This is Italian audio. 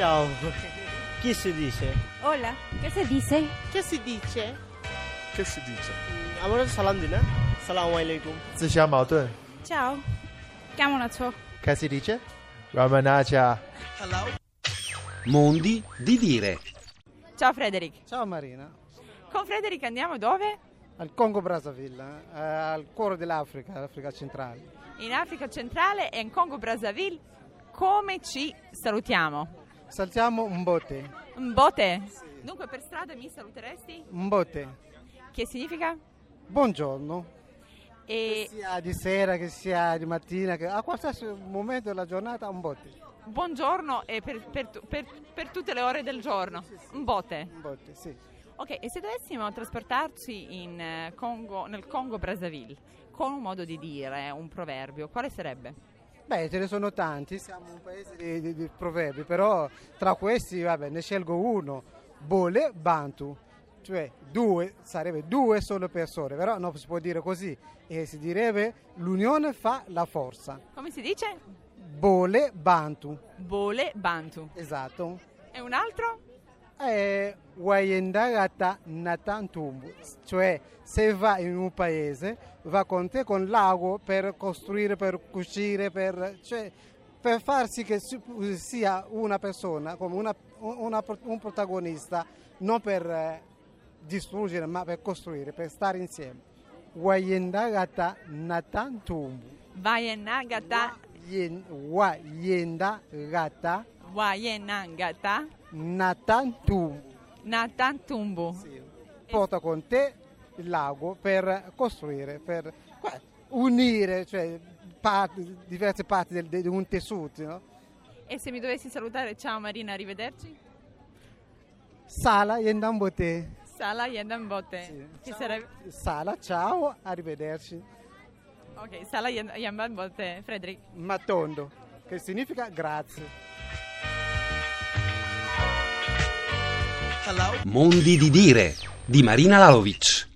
Ciao. Chi si dice? Hola, ¿qué se dice? Che si dice? Che si dice? আমরা সালাম দিই না আসসালামু আলাইকুম 自相矛盾 Ciao. Chiamo una ciò. che si dice Ramanaja Mondi di dire. Ciao Frederic. Ciao Marina. Con Frederic andiamo dove? Al Congo Brazzaville, al cuore dell'Africa, l'Africa centrale. In Africa centrale e in Congo Brazzaville. Come ci salutiamo? Saltiamo un botte. Mbote. Dunque per strada mi saluteresti? Un botte. Che significa? Buongiorno. E Che sia di sera, che sia di mattina, che a qualsiasi momento della giornata un botte. buongiorno e per tutte le ore del giorno. Mbote. Un botte, sì. Ok, e se dovessimo trasportarci nel Congo Brazzaville con un modo di dire, un proverbio, quale sarebbe? Beh, ce ne sono tanti, siamo un paese di proverbi, però tra questi, vabbè, ne scelgo uno, Bole Bantu, cioè sarebbe due sole persone, però non si può dire così, e si direbbe l'unione fa la forza. Come si dice? Bole Bantu. Bole Bantu. Esatto. E un altro? Wayendagata Natantumbu, cioè se va in un paese va con te con l'ago per costruire, per cucire, per far sì che sia una persona come un protagonista, non per distruggere ma per costruire, per stare insieme. Wayendagata Natantumbu. Wayendagata Wayenangata Natantumbu. Sì. Porta con te il lago per costruire, per unire, cioè diverse parti di un tessuto, no? E se mi dovessi salutare, ciao Marina, arrivederci? Sala Yendambote. Sala Yendambote. Sì. Che sarebbe? Sala, ciao, arrivederci. Ok, Sala Yendambote, Frederic. Matondo, che significa grazie. Mondi di dire di Marina Lalovic.